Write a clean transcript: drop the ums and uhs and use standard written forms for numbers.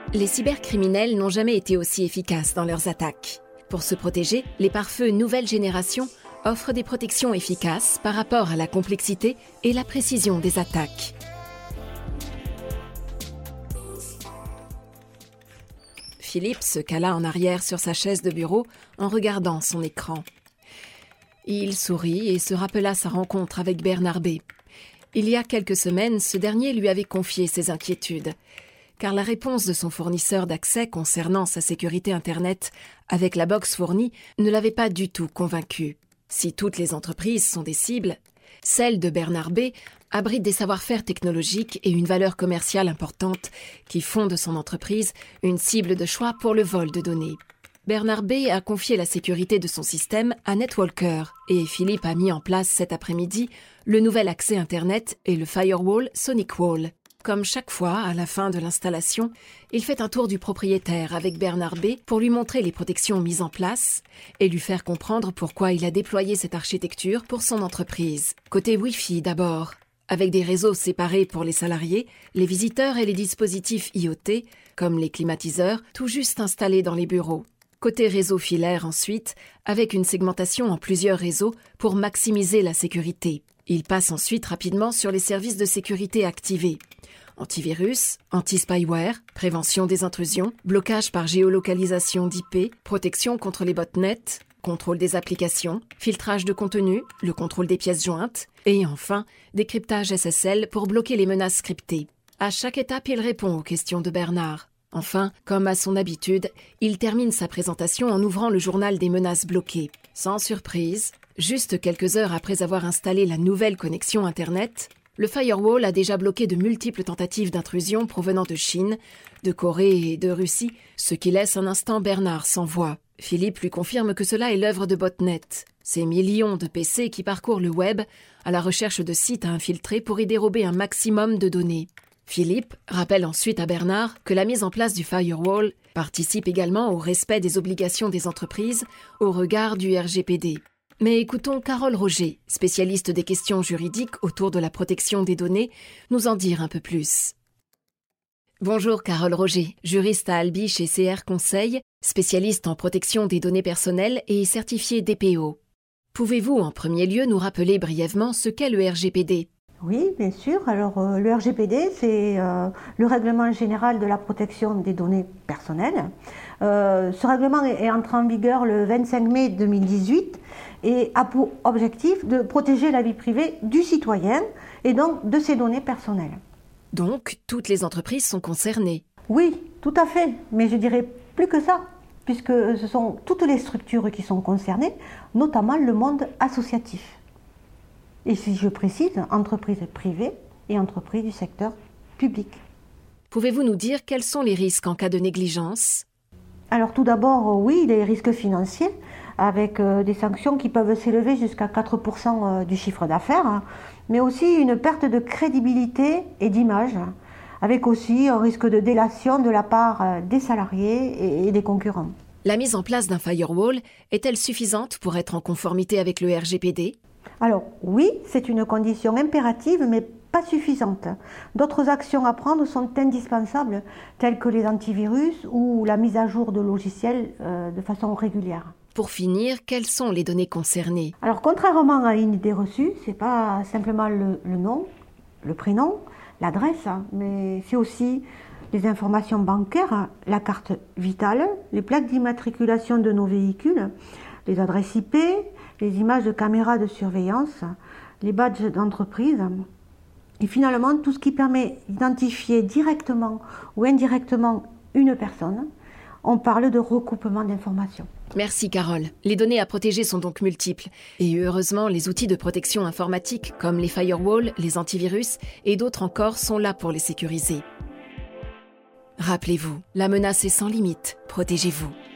Les cybercriminels n'ont jamais été aussi efficaces dans leurs attaques. Pour se protéger, les pare-feux nouvelle génération offrent des protections efficaces par rapport à la complexité et la précision des attaques. Philippe se cala en arrière sur sa chaise de bureau en regardant son écran. Il sourit et se rappela sa rencontre avec Bernard B. Il y a quelques semaines, ce dernier lui avait confié ses inquiétudes, car la réponse de son fournisseur d'accès concernant sa sécurité Internet avec la box fournie ne l'avait pas du tout convaincu. Si toutes les entreprises sont des cibles, celle de Bernard B abrite des savoir-faire technologiques et une valeur commerciale importante qui font de son entreprise une cible de choix pour le vol de données. Bernard B a confié la sécurité de son système à NetWalker et Philippe a mis en place cet après-midi le nouvel accès Internet et le firewall SonicWall. Comme chaque fois, à la fin de l'installation, il fait un tour du propriétaire avec Bernard B pour lui montrer les protections mises en place et lui faire comprendre pourquoi il a déployé cette architecture pour son entreprise. Côté Wi-Fi d'abord, avec des réseaux séparés pour les salariés, les visiteurs et les dispositifs IoT, comme les climatiseurs, tout juste installés dans les bureaux. Côté réseau filaire ensuite, avec une segmentation en plusieurs réseaux pour maximiser la sécurité. Il passe ensuite rapidement sur les services de sécurité activés. Antivirus, anti-spyware, prévention des intrusions, blocage par géolocalisation d'IP, protection contre les botnets, contrôle des applications, filtrage de contenu, le contrôle des pièces jointes et enfin, décryptage SSL pour bloquer les menaces scriptées. À chaque étape, il répond aux questions de Bernard. Enfin, comme à son habitude, il termine sa présentation en ouvrant le journal des menaces bloquées. Sans surprise, juste quelques heures après avoir installé la nouvelle connexion Internet, le firewall a déjà bloqué de multiples tentatives d'intrusion provenant de Chine, de Corée et de Russie, ce qui laisse un instant Bernard sans voix. Philippe lui confirme que cela est l'œuvre de botnets, ces millions de PC qui parcourent le web à la recherche de sites à infiltrer pour y dérober un maximum de données. Philippe rappelle ensuite à Bernard que la mise en place du firewall participe également au respect des obligations des entreprises au regard du RGPD. Mais écoutons Carole Roger, spécialiste des questions juridiques autour de la protection des données, nous en dire un peu plus. Bonjour Carole Roger, juriste à Albi chez CR Conseil, spécialiste en protection des données personnelles et certifiée DPO. Pouvez-vous en premier lieu nous rappeler brièvement ce qu'est le RGPD ? Oui, bien sûr. Alors, le RGPD, c'est le règlement général de la protection des données personnelles. Ce règlement est entré en vigueur le 25 mai 2018 et a pour objectif de protéger la vie privée du citoyen et donc de ses données personnelles. Donc, toutes les entreprises sont concernées. Oui, tout à fait, mais je dirais plus que ça, puisque ce sont toutes les structures qui sont concernées, notamment le monde associatif. Et si je précise, entreprises privées et entreprises du secteur public. Pouvez-vous nous dire quels sont les risques en cas de négligence ? Alors tout d'abord, oui, les risques financiers, avec des sanctions qui peuvent s'élever jusqu'à 4% du chiffre d'affaires, mais aussi une perte de crédibilité et d'image, avec aussi un risque de délation de la part des salariés et des concurrents. La mise en place d'un firewall est-elle suffisante pour être en conformité avec le RGPD ? Alors oui, c'est une condition impérative, mais pas suffisante. D'autres actions à prendre sont indispensables, telles que les antivirus ou la mise à jour de logiciels de façon régulière. Pour finir, quelles sont les données concernées ? Alors contrairement à une idée reçue, c'est pas simplement le nom, le prénom, l'adresse, mais c'est aussi les informations bancaires, la carte vitale, les plaques d'immatriculation de nos véhicules, les adresses IP, les images de caméras de surveillance, les badges d'entreprise et finalement tout ce qui permet d'identifier directement ou indirectement une personne. On parle de recoupement d'informations. Merci Carole. Les données à protéger sont donc multiples. Et heureusement, les outils de protection informatique comme les firewalls, les antivirus et d'autres encore sont là pour les sécuriser. Rappelez-vous, la menace est sans limite. Protégez-vous.